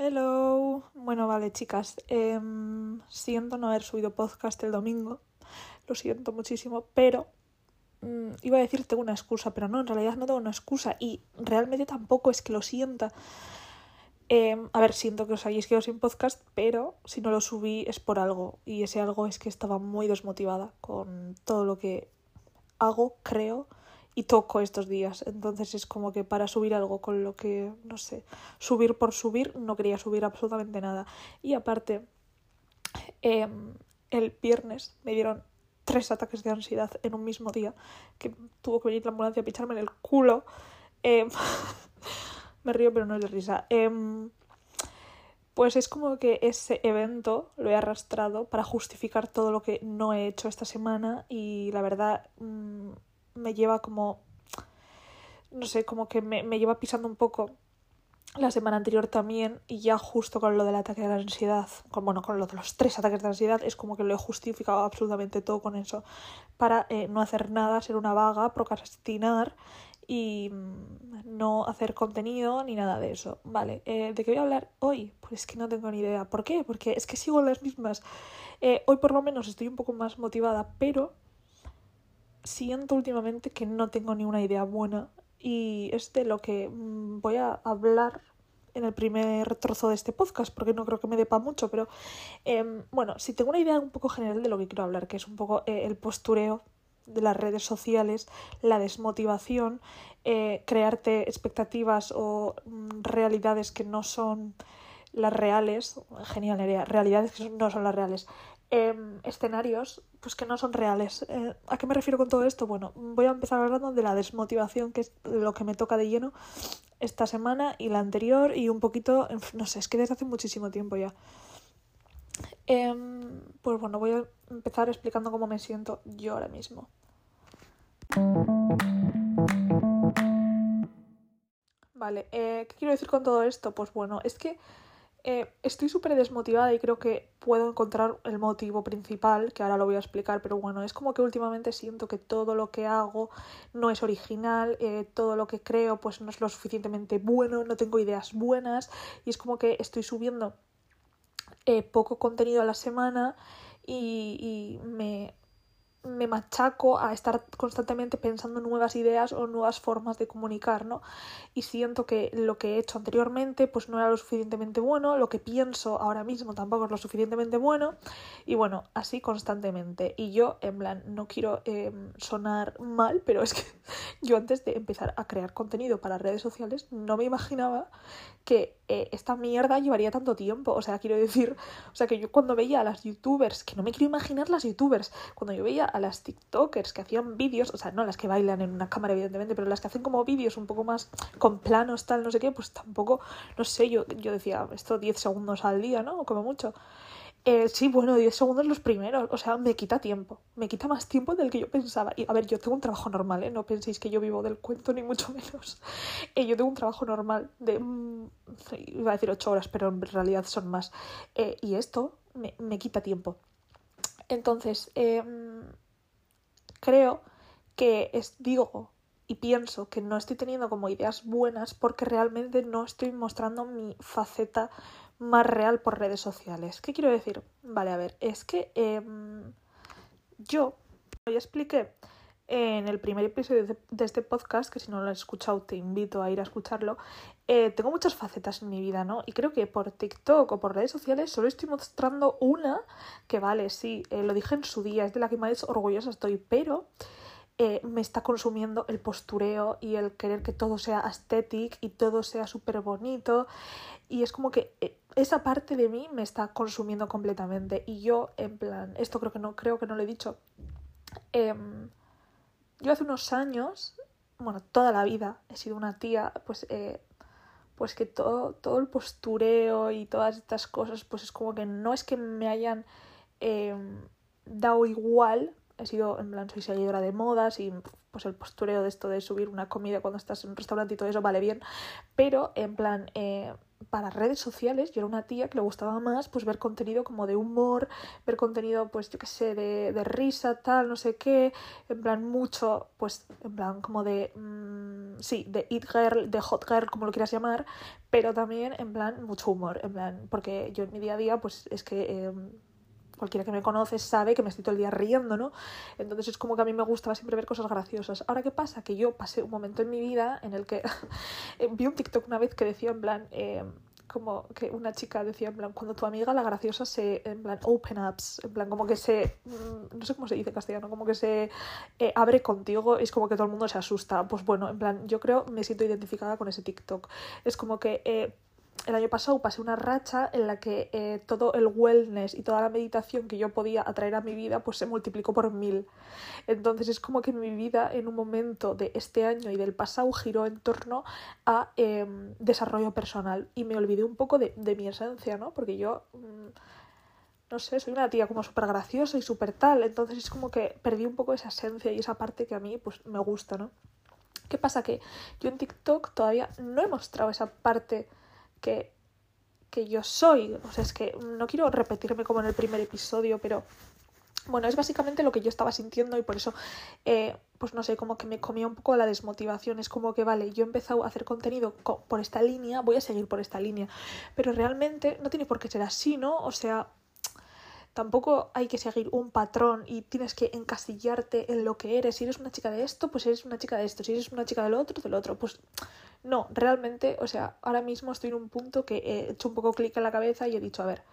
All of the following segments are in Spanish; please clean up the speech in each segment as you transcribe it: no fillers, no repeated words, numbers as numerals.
Hello. Bueno, vale, chicas. Siento no haber subido podcast el domingo. Lo siento muchísimo, pero iba a decir tengo una excusa, pero no, en realidad no tengo una excusa y realmente tampoco es que lo sienta. A ver, siento que os hayáis quedado sin podcast, pero si no lo subí es por algo y ese algo es que estaba muy desmotivada con todo lo que hago, creo y toco estos días. Entonces es como que para subir algo con lo que, no sé, subir por subir, no quería subir absolutamente nada. Y aparte, el viernes me dieron 3 ataques de ansiedad en un mismo día, que tuvo que venir la ambulancia a picharme en el culo. Me río, pero no es de risa. Pues es como que ese evento lo he arrastrado para justificar todo lo que no he hecho esta semana y la verdad me lleva como, no sé, como que me lleva pisando un poco la semana anterior también y ya justo con lo del ataque de la ansiedad, con lo de los 3 ataques de ansiedad, es como que lo he justificado absolutamente todo con eso para no hacer nada, ser una vaga, procrastinar y no hacer contenido ni nada de eso. Vale, ¿de qué voy a hablar hoy? Pues es que no tengo ni idea. ¿Por qué? Porque es que sigo en las mismas. Hoy por lo menos estoy un poco más motivada, pero siento últimamente que no tengo ni una idea buena y es de lo que voy a hablar en el primer trozo de este podcast, porque no creo que me dé para mucho, pero bueno, si tengo una idea un poco general de lo que quiero hablar, que es un poco el postureo de las redes sociales, la desmotivación, crearte expectativas o realidades que no son las reales, genial idea, realidades que no son las reales, escenarios pues que no son reales. ¿A qué me refiero con todo esto? Bueno, voy a empezar hablando de la desmotivación, que es lo que me toca de lleno esta semana y la anterior y un poquito, no sé, es que desde hace muchísimo tiempo ya. Pues bueno, voy a empezar explicando cómo me siento yo ahora mismo. Vale, ¿qué quiero decir con todo esto? Pues bueno, es que estoy súper desmotivada y creo que puedo encontrar el motivo principal, que ahora lo voy a explicar, pero bueno, es como que últimamente siento que todo lo que hago no es original, todo lo que creo pues no es lo suficientemente bueno, no tengo ideas buenas y es como que estoy subiendo poco contenido a la semana y me machaco a estar constantemente pensando en nuevas ideas o nuevas formas de comunicar, ¿no? Y siento que lo que he hecho anteriormente pues no era lo suficientemente bueno, lo que pienso ahora mismo tampoco es lo suficientemente bueno y bueno, así constantemente. Y yo, en plan, no quiero sonar mal, pero es que yo antes de empezar a crear contenido para redes sociales no me imaginaba que esta mierda llevaría tanto tiempo. O sea, quiero decir, o sea, que yo cuando veía a las youtubers, que no me quiero imaginar las youtubers, cuando yo veía a las tiktokers que hacían vídeos, o sea, no las que bailan en una cámara evidentemente, pero las que hacen como vídeos un poco más con planos, tal, no sé qué, pues tampoco, no sé, yo decía, esto 10 segundos al día, ¿no? O como mucho. Sí, bueno, 10 segundos los primeros, o sea, me quita tiempo, me quita más tiempo del que yo pensaba. Y a ver, yo tengo un trabajo normal, ¿eh? No penséis que yo vivo del cuento, ni mucho menos. Yo tengo un trabajo normal de, iba a decir 8 horas, pero en realidad son más. Y esto me quita tiempo. Entonces, creo que digo y pienso que no estoy teniendo como ideas buenas porque realmente no estoy mostrando mi faceta más real por redes sociales. ¿Qué quiero decir? Vale, a ver, es que yo ya expliqué en el primer episodio de este podcast, que si no lo has escuchado te invito a ir a escucharlo, tengo muchas facetas en mi vida, ¿no? Y creo que por TikTok o por redes sociales solo estoy mostrando una que vale, sí, lo dije en su día, es de la que más orgullosa estoy, pero me está consumiendo el postureo y el querer que todo sea aesthetic y todo sea súper bonito y es como que esa parte de mí me está consumiendo completamente y yo en plan, esto creo que no lo he dicho, yo hace unos años, bueno, toda la vida he sido una tía pues que todo el postureo y todas estas cosas pues es como que no es que me hayan dado igual, he sido, en plan, soy seguidora de modas y pues el postureo de esto de subir una comida cuando estás en un restaurante y todo eso vale bien, pero en plan, para redes sociales yo era una tía que le gustaba más pues ver contenido como de humor, ver contenido pues yo qué sé, de risa, tal, no sé qué, en plan mucho, pues en plan como de, sí, de it girl, de hot girl, como lo quieras llamar, pero también en plan mucho humor, en plan, porque yo en mi día a día pues es que... cualquiera que me conoce sabe que me estoy todo el día riendo, ¿no? Entonces es como que a mí me gustaba siempre ver cosas graciosas. Ahora, ¿qué pasa? Que yo pasé un momento en mi vida en el que vi un TikTok una vez que decía en plan... como que una chica decía en plan, cuando tu amiga la graciosa se, en plan, open ups, en plan, como que se, no sé cómo se dice en castellano, como que se abre contigo, es como que todo el mundo se asusta. Pues bueno, en plan, yo creo, me siento identificada con ese TikTok. Es como que el año pasado pasé una racha en la que todo el wellness y toda la meditación que yo podía atraer a mi vida pues se multiplicó por 1000. Entonces es como que mi vida en un momento de este año y del pasado giró en torno a desarrollo personal y me olvidé un poco de mi esencia, ¿no? Porque yo, no sé, soy una tía como súper graciosa y súper tal, entonces es como que perdí un poco esa esencia y esa parte que a mí pues me gusta, ¿no? ¿Qué pasa? Que yo en TikTok todavía no he mostrado esa parte que yo soy. O sea, es que no quiero repetirme como en el primer episodio, pero bueno, es básicamente lo que yo estaba sintiendo y por eso, pues no sé, como que me comía un poco la desmotivación. Es como que, vale, yo he empezado a hacer contenido por esta línea, voy a seguir por esta línea, pero realmente no tiene por qué ser así, ¿no? O sea, tampoco hay que seguir un patrón y tienes que encasillarte en lo que eres. Si eres una chica de esto, pues eres una chica de esto. Si eres una chica del otro. Pues no, realmente, o sea, ahora mismo estoy en un punto que he hecho un poco clic en la cabeza y he dicho, a ver,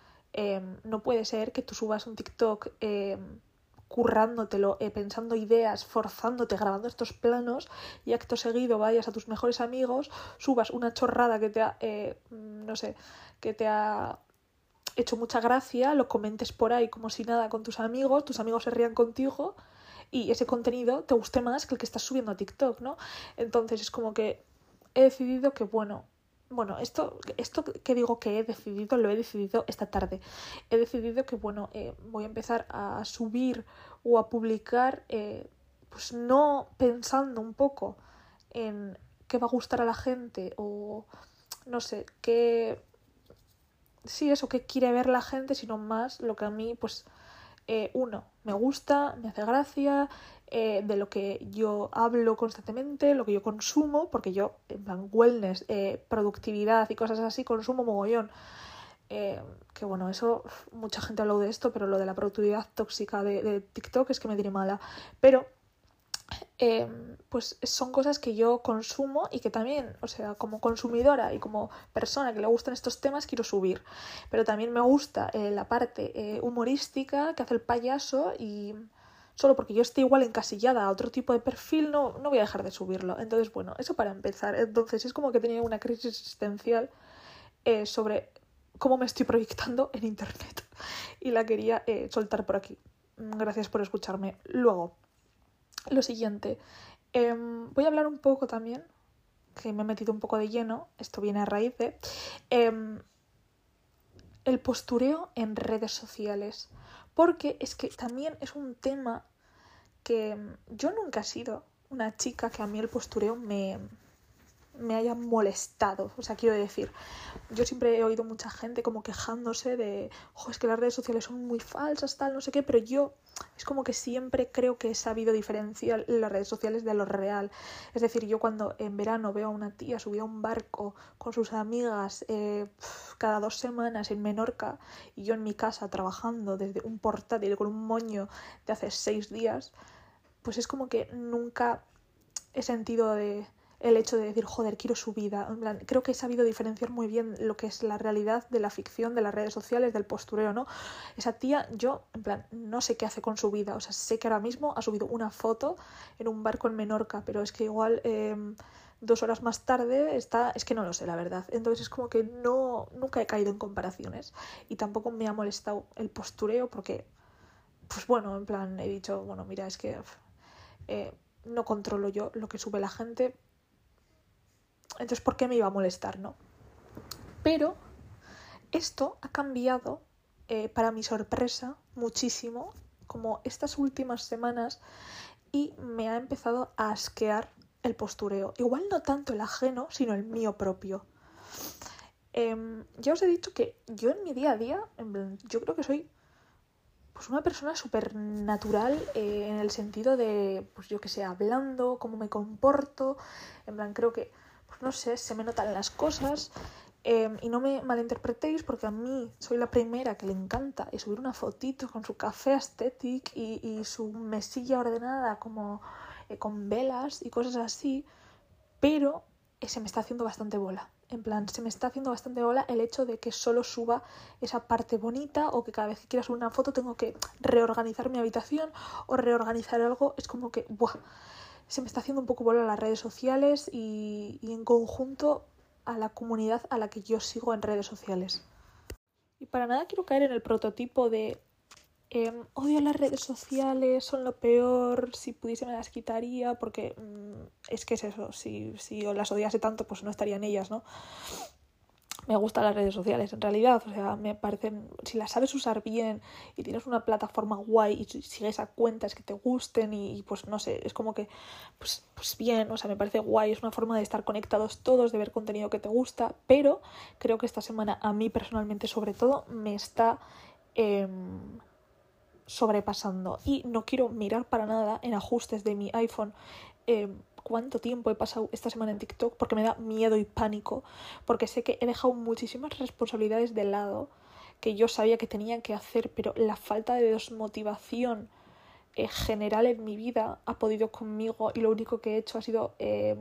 no puede ser que tú subas un TikTok currándotelo, pensando ideas, forzándote, grabando estos planos y acto seguido vayas a tus mejores amigos, subas una chorrada que te ha, no sé, que te ha hecho mucha gracia, lo comentes por ahí como si nada con tus amigos se rían contigo y ese contenido te guste más que el que estás subiendo a TikTok, ¿no? Entonces es como que he decidido que, bueno, esto que digo que he decidido, lo he decidido esta tarde. He decidido que, bueno, voy a empezar a subir o a publicar, pues no pensando un poco en qué va a gustar a la gente o, no sé, qué... Sí, eso que quiere ver la gente, sino más lo que a mí, pues, uno, me gusta, me hace gracia, de lo que yo hablo constantemente, lo que yo consumo, porque yo, en plan, wellness, productividad y cosas así, consumo mogollón. Que bueno, eso, mucha gente ha hablado de esto, pero lo de la productividad tóxica de TikTok es que me diré mala. Pero pues son cosas que yo consumo y que también, o sea, como consumidora y como persona que le gustan estos temas, quiero subir. Pero también me gusta la parte humorística que hace el payaso y solo porque yo esté igual encasillada a otro tipo de perfil no voy a dejar de subirlo. Entonces, bueno, eso para empezar. Entonces es como que he tenido una crisis existencial sobre cómo me estoy proyectando en internet y la quería soltar por aquí. Gracias por escucharme. Luego, lo siguiente, voy a hablar un poco también, que me he metido un poco de lleno, esto viene a raíz de el postureo en redes sociales, porque es que también es un tema que yo nunca he sido una chica que a mí el postureo me haya molestado. O sea, quiero decir, yo siempre he oído mucha gente como quejándose de, es que las redes sociales son muy falsas, tal, no sé qué, pero yo es como que siempre creo que he sabido diferenciar las redes sociales de lo real. Es decir, yo cuando en verano veo a una tía subida a un barco con sus amigas cada 2 semanas en Menorca y yo en mi casa trabajando desde un portátil con un moño de hace 6 días, pues es como que nunca he sentido el hecho de decir, joder, quiero su vida. En plan, creo que he sabido diferenciar muy bien lo que es la realidad de la ficción, de las redes sociales, del postureo, ¿no? Esa tía, yo, en plan, no sé qué hace con su vida. O sea, sé que ahora mismo ha subido una foto en un barco en Menorca, pero es que igual 2 horas más tarde está... Es que no lo sé, la verdad. Entonces es como que nunca he caído en comparaciones. Y tampoco me ha molestado el postureo porque, pues bueno, en plan, he dicho, bueno, mira, es que no controlo yo lo que sube la gente. Entonces, ¿por qué me iba a molestar, no? Pero esto ha cambiado, para mi sorpresa, muchísimo como estas últimas semanas y me ha empezado a asquear el postureo. Igual no tanto el ajeno, sino el mío propio. Ya os he dicho que yo en mi día a día, yo creo que soy pues una persona súper natural en el sentido de, pues yo que sé, hablando, cómo me comporto. En plan, creo que, pues no sé, se me notan las cosas. Y no me malinterpretéis porque a mí soy la primera que le encanta subir una fotito con su café aesthetic y su mesilla ordenada como con velas y cosas así, pero se me está haciendo bastante bola. En plan, se me está haciendo bastante bola el hecho de que solo suba esa parte bonita o que cada vez que quiera subir una foto tengo que reorganizar mi habitación o reorganizar algo. Es como que, ¡buah! Se me está haciendo un poco bola las redes sociales y en conjunto a la comunidad a la que yo sigo en redes sociales. Y para nada quiero caer en el prototipo de odio las redes sociales, son lo peor, si pudiese me las quitaría, porque es que es eso, si las odiase tanto pues no estaría en ellas, ¿no? Me gustan las redes sociales, en realidad, o sea, me parecen, si las sabes usar bien y tienes una plataforma guay y sigues a cuentas que te gusten y pues no sé, es como que, pues bien, o sea, me parece guay, es una forma de estar conectados todos, de ver contenido que te gusta, pero creo que esta semana a mí personalmente sobre todo me está sobrepasando y no quiero mirar para nada en ajustes de mi iPhone cuánto tiempo he pasado esta semana en TikTok porque me da miedo y pánico, porque sé que he dejado muchísimas responsabilidades de lado que yo sabía que tenía que hacer, pero la falta de desmotivación general en mi vida ha podido conmigo y lo único que he hecho ha sido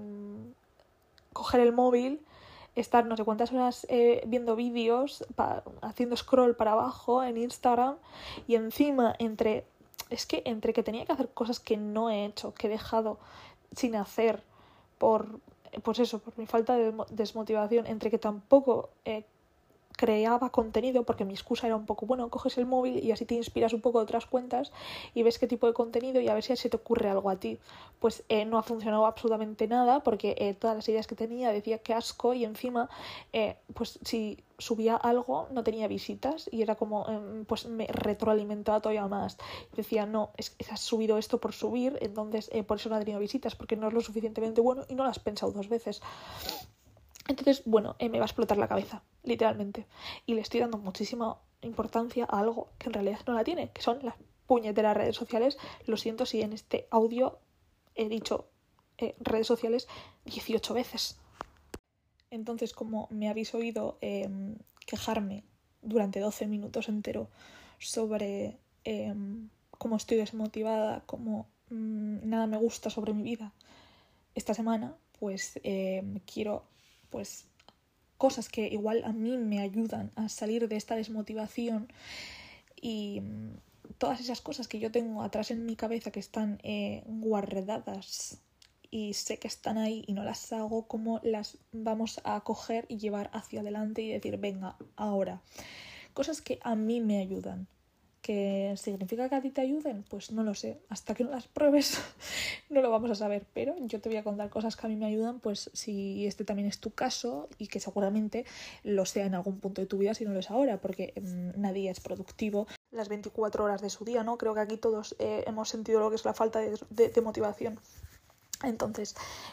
coger el móvil, estar no sé cuántas horas viendo vídeos, haciendo scroll para abajo en Instagram y encima entre que tenía que hacer cosas que no he hecho, que he dejado sin hacer por mi falta de desmotivación, entre que tampoco creaba contenido porque mi excusa era un poco, bueno, coges el móvil y así te inspiras un poco de otras cuentas y ves qué tipo de contenido y a ver si se te ocurre algo a ti. Pues no ha funcionado absolutamente nada porque todas las ideas que tenía decía que asco y encima pues si subía algo no tenía visitas y era como pues me retroalimentaba todavía más. Decía, no, es que has subido esto por subir, entonces por eso no ha tenido visitas porque no es lo suficientemente bueno y no lo has pensado 2 veces. Entonces, bueno, me va a explotar la cabeza, literalmente. Y le estoy dando muchísima importancia a algo que en realidad no la tiene, que son las puñeteras redes sociales. Lo siento si en este audio he dicho redes sociales 18 veces. Entonces, como me habéis oído quejarme durante 12 minutos entero sobre cómo estoy desmotivada, cómo nada me gusta sobre mi vida esta semana, pues quiero pues cosas que igual a mí me ayudan a salir de esta desmotivación y todas esas cosas que yo tengo atrás en mi cabeza que están guardadas y sé que están ahí y no las hago, como las vamos a coger y llevar hacia adelante y decir, venga, ahora. Cosas que a mí me ayudan. ¿Que significa que a ti te ayuden? Pues no lo sé. Hasta que no las pruebes no lo vamos a saber. Pero yo te voy a contar cosas que a mí me ayudan, pues si este también es tu caso y que seguramente lo sea en algún punto de tu vida si no lo es ahora, porque nadie es productivo las 24 horas de su día, ¿no? Creo que aquí todos hemos sentido lo que es la falta de motivación. Entonces,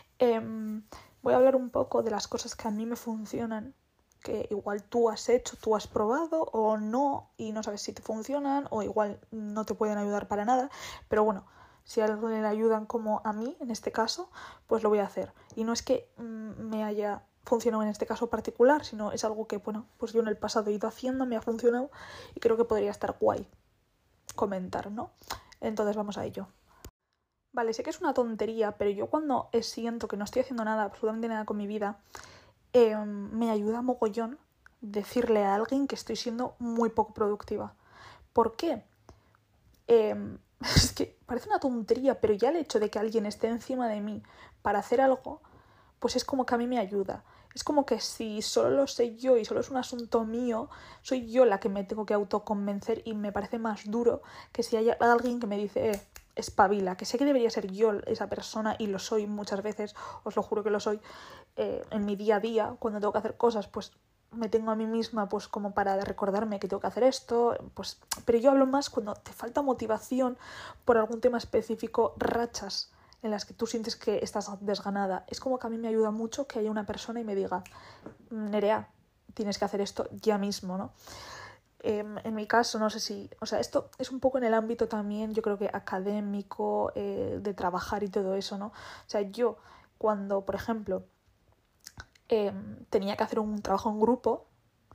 voy a hablar un poco de las cosas que a mí me funcionan, que igual tú has hecho, tú has probado o no y no sabes si te funcionan o igual no te pueden ayudar para nada, pero bueno, si a alguien le ayudan como a mí en este caso, pues lo voy a hacer. Y no es que me haya funcionado en este caso particular, sino es algo que, bueno, pues yo en el pasado he ido haciendo, me ha funcionado y creo que podría estar guay comentar, ¿no? Entonces vamos a ello. Vale, sé que es una tontería, pero yo cuando siento que no estoy haciendo nada, absolutamente nada con mi vida, me ayuda mogollón decirle a alguien que estoy siendo muy poco productiva. ¿Por qué? Es que parece una tontería, pero ya el hecho de que alguien esté encima de mí para hacer algo, pues es como que a mí me ayuda. Es como que si solo lo sé yo y solo es un asunto mío, soy yo la que me tengo que autoconvencer y me parece más duro que si hay alguien que me dice espabila, que sé que debería ser yo esa persona y lo soy muchas veces, os lo juro que lo soy, en mi día a día, cuando tengo que hacer cosas, pues me tengo a mí misma pues como para recordarme que tengo que hacer esto, pues, pero yo hablo más cuando te falta motivación por algún tema específico, rachas en las que tú sientes que estás desganada. Es como que a mí me ayuda mucho que haya una persona y me diga, Nerea, tienes que hacer esto ya mismo, ¿no? En mi caso, no sé si... O sea, esto es un poco en el ámbito también, yo creo que académico, de trabajar y todo eso, ¿no? O sea, yo cuando, por ejemplo, tenía que hacer un trabajo en grupo,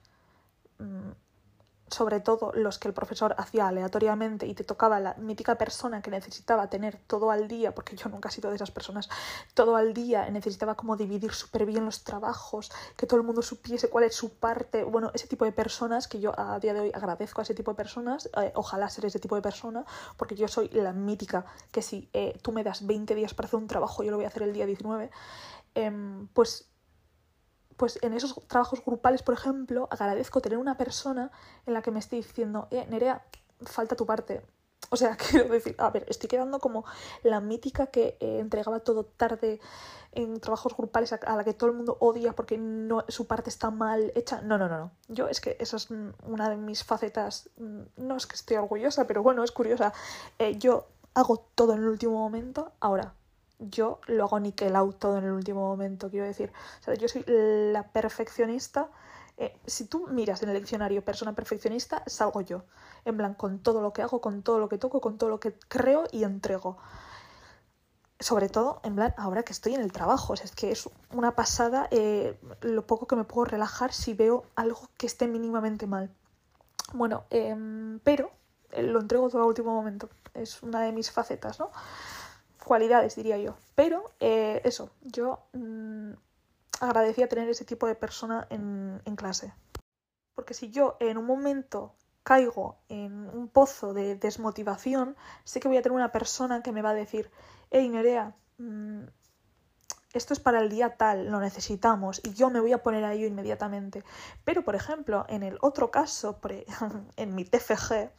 sobre todo los que el profesor hacía aleatoriamente y te tocaba la mítica persona que necesitaba tener todo al día, porque yo nunca he sido de esas personas, todo al día, necesitaba como dividir súper bien los trabajos, que todo el mundo supiese cuál es su parte, bueno, ese tipo de personas que yo a día de hoy agradezco a ese tipo de personas, ojalá ser ese tipo de persona, porque yo soy la mítica que si tú me das 20 días para hacer un trabajo, yo lo voy a hacer el día 19, pues en esos trabajos grupales, por ejemplo, agradezco tener una persona en la que me esté diciendo, Nerea, falta tu parte. O sea, quiero decir, a ver, estoy quedando como la mítica que entregaba todo tarde en trabajos grupales a la que todo el mundo odia porque no, su parte está mal hecha. No. Yo es que esa es una de mis facetas. No es que esté orgullosa, pero bueno, es curiosa. Yo hago todo en el último momento. Ahora, yo lo hago níquel out todo en el último momento, quiero decir. O sea, yo soy la perfeccionista. Si tú miras en el diccionario persona perfeccionista, salgo yo. En plan, con todo lo que hago, con todo lo que toco, con todo lo que creo y entrego. Sobre todo, en plan, ahora que estoy en el trabajo. O sea, es que es una pasada lo poco que me puedo relajar si veo algo que esté mínimamente mal. Bueno, pero lo entrego todo al último momento. Es una de mis facetas, ¿no? Cualidades, diría yo. Pero eso, yo agradecía tener ese tipo de persona en clase. Porque si yo en un momento caigo en un pozo de desmotivación, sé que voy a tener una persona que me va a decir, hey Nerea, esto es para el día tal, lo necesitamos, y yo me voy a poner a ello inmediatamente. Pero, por ejemplo, en el otro caso, en mi TFG,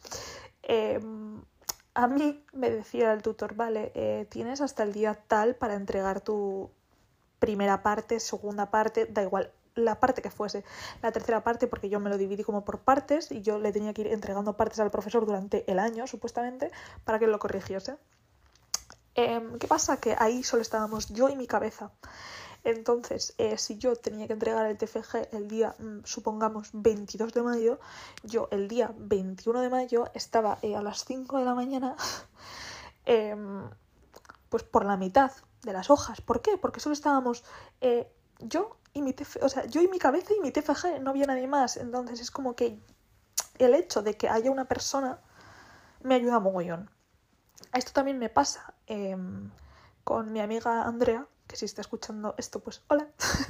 a mí me decía el tutor, vale, tienes hasta el día tal para entregar tu primera parte, segunda parte, da igual, la parte que fuese, la tercera parte, porque yo me lo dividí como por partes y yo le tenía que ir entregando partes al profesor durante el año, supuestamente, para que lo corrigiese. ¿Qué pasa? Que ahí solo estábamos yo y mi cabeza. Entonces, si yo tenía que entregar el TFG el día, supongamos, 22 de mayo, yo el día 21 de mayo estaba a las 5 de la mañana, pues por la mitad de las hojas. ¿Por qué? Porque solo estábamos yo y mi TFG, o sea, yo y mi cabeza y mi TFG, no había nadie más. Entonces es como que el hecho de que haya una persona me ayuda mogollón. Esto también me pasa con mi amiga Andrea, que si está escuchando esto, pues hola.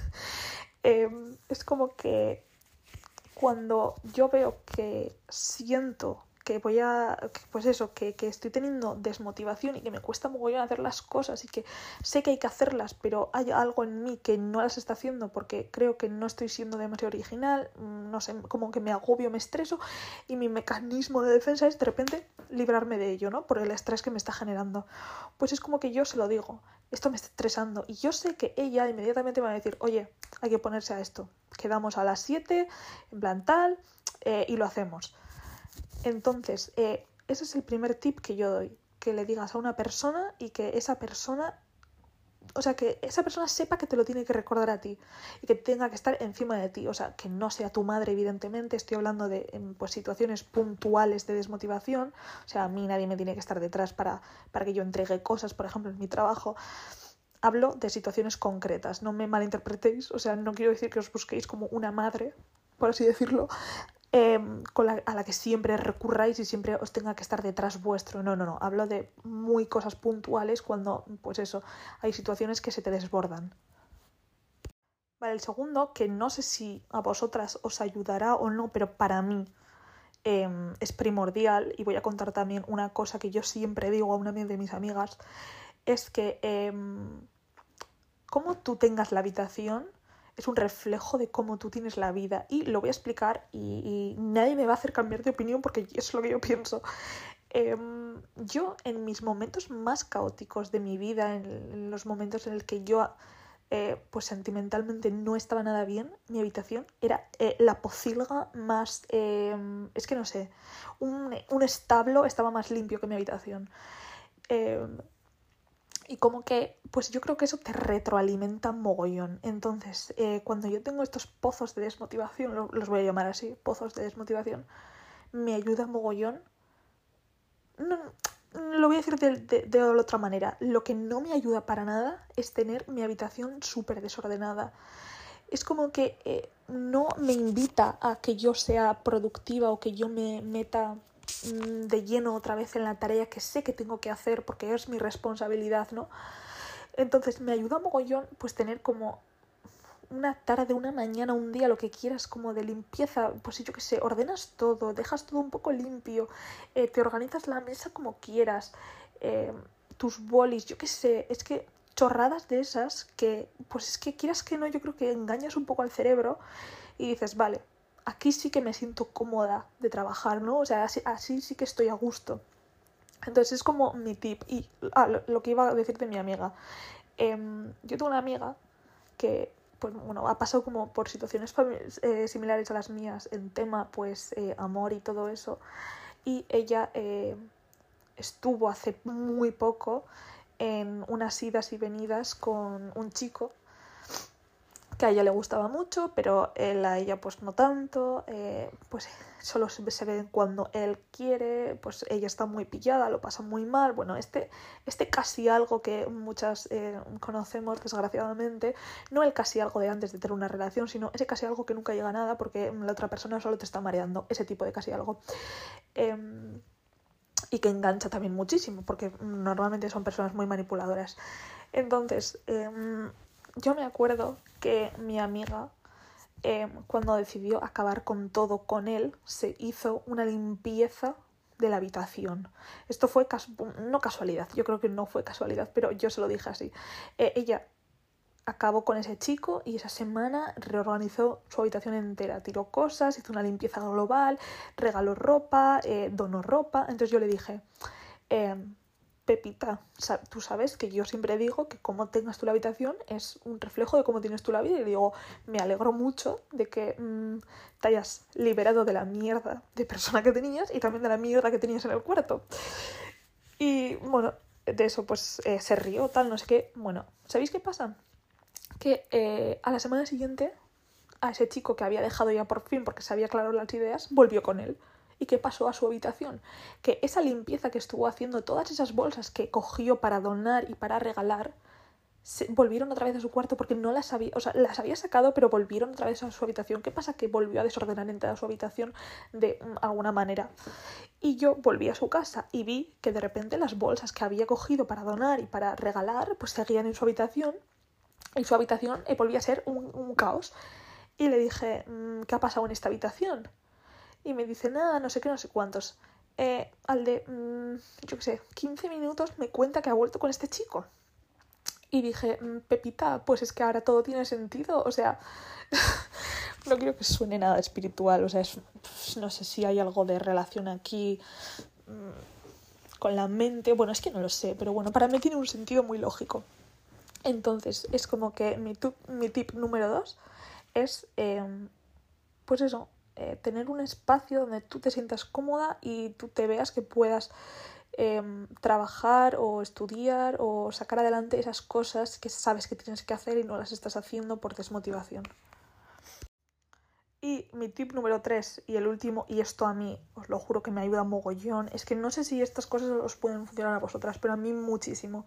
Es como que cuando yo veo que siento que voy a, pues eso, que estoy teniendo desmotivación y que me cuesta mogollón hacer las cosas y que sé que hay que hacerlas, pero hay algo en mí que no las está haciendo porque creo que no estoy siendo demasiado original, no sé, como que me agobio, me estreso y mi mecanismo de defensa es de repente librarme de ello, ¿no? Por el estrés que me está generando. Pues es como que yo se lo digo, esto me está estresando y yo sé que ella inmediatamente me va a decir, oye, hay que ponerse a esto, quedamos a las 7, en plan tal, y lo hacemos. Entonces, ese es el primer tip que yo doy, que le digas a una persona y que esa persona, o sea, que esa persona sepa que te lo tiene que recordar a ti y que tenga que estar encima de ti, o sea, que no sea tu madre, evidentemente, estoy hablando de pues, situaciones puntuales de desmotivación, o sea, a mí nadie me tiene que estar detrás para que yo entregue cosas, por ejemplo, en mi trabajo. Hablo de situaciones concretas, no me malinterpretéis, o sea, no quiero decir que os busquéis como una madre, por así decirlo, a la que siempre recurráis y siempre os tenga que estar detrás vuestro. No. Hablo de muy cosas puntuales cuando, pues eso, hay situaciones que se te desbordan. Vale, el segundo, que no sé si a vosotras os ayudará o no, pero para mí es primordial, y voy a contar también una cosa que yo siempre digo a una de mis amigas, es que cómo tú tengas la habitación es un reflejo de cómo tú tienes la vida, y lo voy a explicar y nadie me va a hacer cambiar de opinión porque es lo que yo pienso. Yo en mis momentos más caóticos de mi vida, en los momentos en los que yo pues sentimentalmente no estaba nada bien, mi habitación era la pocilga más, es que no sé, un establo estaba más limpio que mi habitación. Y como que, pues yo creo que eso te retroalimenta mogollón. Entonces, cuando yo tengo estos pozos de desmotivación, los voy a llamar así, pozos de desmotivación, me ayuda mogollón. No, lo voy a decir de otra manera. Lo que no me ayuda para nada es tener mi habitación súper desordenada. Es como que no me invita a que yo sea productiva o que yo me meta de lleno otra vez en la tarea que sé que tengo que hacer porque es mi responsabilidad, ¿no? Entonces me ayuda mogollón pues tener como una tarde, una mañana, un día, lo que quieras, como de limpieza, pues yo qué sé, ordenas todo, dejas todo un poco limpio, te organizas la mesa como quieras, tus bolis, yo qué sé, es que chorradas de esas que, pues es que quieras que no, yo creo que engañas un poco al cerebro y dices, vale, aquí sí que me siento cómoda de trabajar, ¿no? O sea, así sí que estoy a gusto. Entonces es como mi tip. Y lo que iba a decir de mi amiga. Yo tengo una amiga que, pues bueno, ha pasado como por situaciones similares a las mías en tema, pues, amor y todo eso. Y ella estuvo hace muy poco en unas idas y venidas con un chico que a ella le gustaba mucho, pero él a ella pues no tanto, pues solo se ve cuando él quiere, pues ella está muy pillada, lo pasa muy mal, bueno, este casi algo que muchas conocemos desgraciadamente, no el casi algo de antes de tener una relación, sino ese casi algo que nunca llega a nada porque la otra persona solo te está mareando, ese tipo de casi algo. Y que engancha también muchísimo, porque normalmente son personas muy manipuladoras. Entonces, yo me acuerdo que mi amiga, cuando decidió acabar con todo con él, se hizo una limpieza de la habitación. Esto fue no casualidad, yo creo que no fue casualidad, pero yo se lo dije así. Ella acabó con ese chico y esa semana reorganizó su habitación entera, tiró cosas, hizo una limpieza global, regaló ropa, donó ropa. Entonces yo le dije, Pepita, tú sabes que yo siempre digo que cómo tengas tú la habitación es un reflejo de cómo tienes tú la vida, y le digo, me alegro mucho de que te hayas liberado de la mierda de persona que tenías y también de la mierda que tenías en el cuarto. Y bueno, de eso pues se rió, tal, no sé qué. Bueno, ¿sabéis qué pasa? Que a la semana siguiente a ese chico que había dejado ya por fin porque se había aclarado las ideas, volvió con él. ¿Y qué pasó a su habitación? Que esa limpieza que estuvo haciendo, todas esas bolsas que cogió para donar y para regalar, volvieron otra vez a su cuarto porque no las había, o sea, las había sacado, pero volvieron otra vez a su habitación. ¿Qué pasa? Que volvió a desordenar entera su habitación de alguna manera. Y yo volví a su casa y vi que de repente las bolsas que había cogido para donar y para regalar, pues seguían en su habitación. Y su habitación volvía a ser un caos. Y le dije, ¿qué ha pasado en esta habitación? Y me dice, nada, no sé qué, no sé cuántos. Al de, yo qué sé, 15 minutos me cuenta que ha vuelto con este chico. Y dije, Pepita, pues es que ahora todo tiene sentido. O sea, no quiero que suene nada espiritual. O sea, no sé si hay algo de relación aquí con la mente. Bueno, es que no lo sé, pero bueno, para mí tiene un sentido muy lógico. Entonces, es como que mi tip número 2 es, pues eso, tener un espacio donde tú te sientas cómoda y tú te veas que puedas trabajar o estudiar o sacar adelante esas cosas que sabes que tienes que hacer y no las estás haciendo por desmotivación. Y mi tip número 3 y el último, y esto a mí os lo juro que me ayuda mogollón, es que no sé si estas cosas os pueden funcionar a vosotras, pero a mí muchísimo.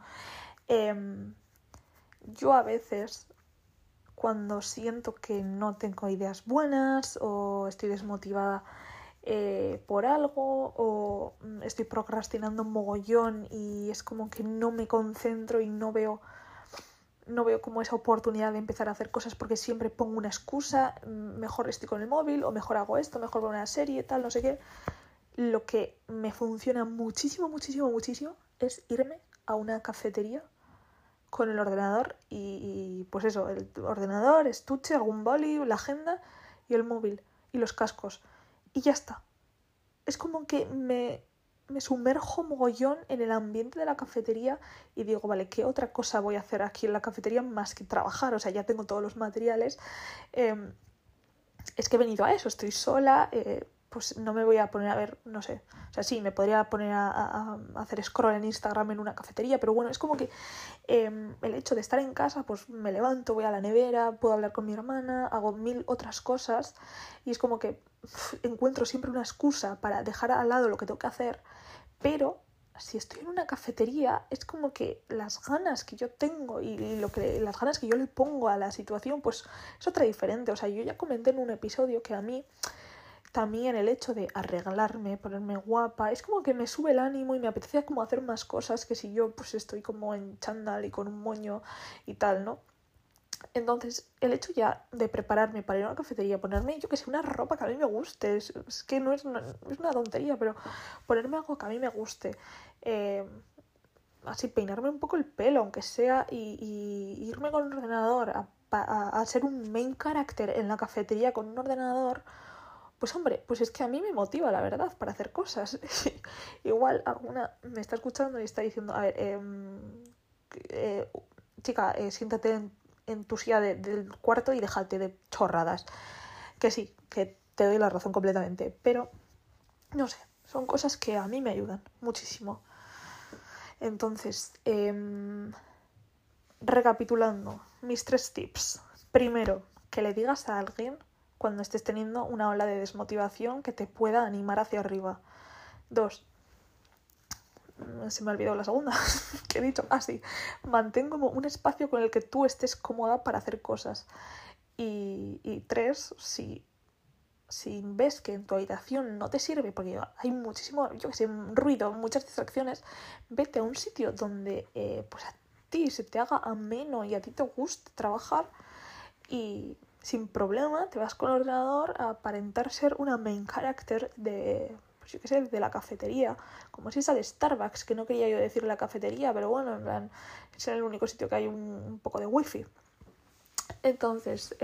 Yo a veces, cuando siento que no tengo ideas buenas o estoy desmotivada por algo o estoy procrastinando un mogollón y es como que no me concentro y no veo como esa oportunidad de empezar a hacer cosas porque siempre pongo una excusa, mejor estoy con el móvil o mejor hago esto, mejor veo una serie, tal, no sé qué. Lo que me funciona muchísimo, muchísimo, muchísimo es irme a una cafetería con el ordenador y pues eso, el ordenador, estuche, algún boli, la agenda y el móvil y los cascos. Y ya está. Es como que me sumerjo mogollón en el ambiente de la cafetería y digo, vale, ¿qué otra cosa voy a hacer aquí en la cafetería más que trabajar? O sea, ya tengo todos los materiales. Es que he venido a eso, estoy sola, pues no me voy a poner a ver, no sé, o sea, sí, me podría poner a hacer scroll en Instagram en una cafetería, pero bueno, es como que el hecho de estar en casa, pues me levanto, voy a la nevera, puedo hablar con mi hermana, hago 1000 otras cosas y es como que encuentro siempre una excusa para dejar al lado lo que tengo que hacer, pero si estoy en una cafetería es como que las ganas que yo tengo y las ganas que yo le pongo a la situación pues es otra diferente. O sea, yo ya comenté en un episodio que a mí también el hecho de arreglarme, ponerme guapa, es como que me sube el ánimo y me apetece como hacer más cosas que si yo pues estoy como en chándal y con un moño y tal, ¿no? Entonces, el hecho ya de prepararme para ir a una cafetería, ponerme, yo que sé, una ropa que a mí me guste, es que no es una tontería, pero ponerme algo que a mí me guste, eh, así peinarme un poco el pelo, aunque sea, y irme con un ordenador a ser un main character en la cafetería con un ordenador, pues hombre, pues es que a mí me motiva, la verdad, para hacer cosas. Igual alguna me está escuchando y está diciendo, a ver, chica, siéntate en tu silla del cuarto y déjate de chorradas. Que sí, que te doy la razón completamente, pero no sé, son cosas que a mí me ayudan muchísimo. Entonces, recapitulando, mis 3 tips. Primero, que le digas a alguien cuando estés teniendo una ola de desmotivación que te pueda animar hacia arriba. 2, se me ha olvidado la segunda, que he dicho, sí, mantén como un espacio con el que tú estés cómoda para hacer cosas. Y 3, si ves que en tu habitación no te sirve, porque hay muchísimo, yo que sé, ruido, muchas distracciones, vete a un sitio donde pues a ti se te haga ameno y a ti te guste trabajar y sin problema te vas con el ordenador a aparentar ser una main character de, pues yo que sé, de la cafetería, como si es al Starbucks, que no quería yo decir la cafetería, pero bueno, en plan, es el único sitio que hay un poco de wifi. Entonces,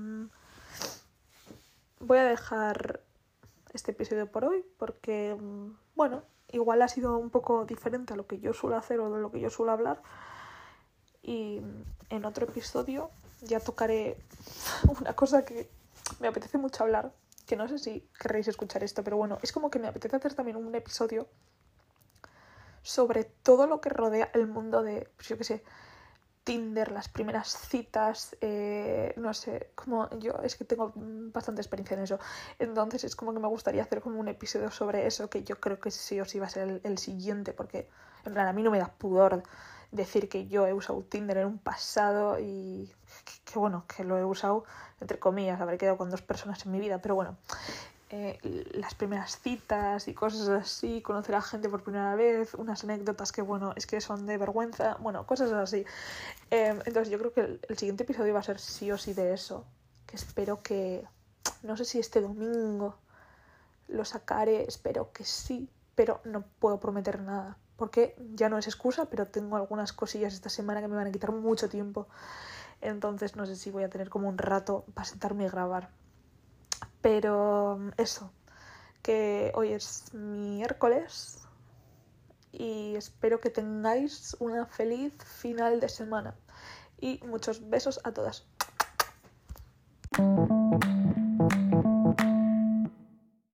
voy a dejar este episodio por hoy porque, bueno, igual ha sido un poco diferente a lo que yo suelo hacer o de lo que yo suelo hablar. Y en otro episodio ya tocaré una cosa que me apetece mucho hablar, que no sé si querréis escuchar esto, pero bueno, es como que me apetece hacer también un episodio sobre todo lo que rodea el mundo de, pues yo qué sé, Tinder, las primeras citas, no sé, como yo es que tengo bastante experiencia en eso, entonces es como que me gustaría hacer como un episodio sobre eso, que yo creo que sí o sí va a ser el siguiente, porque en plan a mí no me da pudor decir que yo he usado Tinder en un pasado y que bueno, que lo he usado entre comillas, habré quedado con 2 personas en mi vida, pero bueno, las primeras citas y cosas así, conocer a gente por primera vez, unas anécdotas que bueno, es que son de vergüenza, bueno, cosas así. Entonces yo creo que el siguiente episodio va a ser sí o sí de eso, que espero que, no sé si este domingo lo sacaré, espero que sí, pero no puedo prometer nada, porque ya no es excusa, pero tengo algunas cosillas esta semana que me van a quitar mucho tiempo, entonces no sé si voy a tener como un rato para sentarme y grabar. Pero eso, que hoy es miércoles y espero que tengáis una feliz final de semana. Y muchos besos a todas.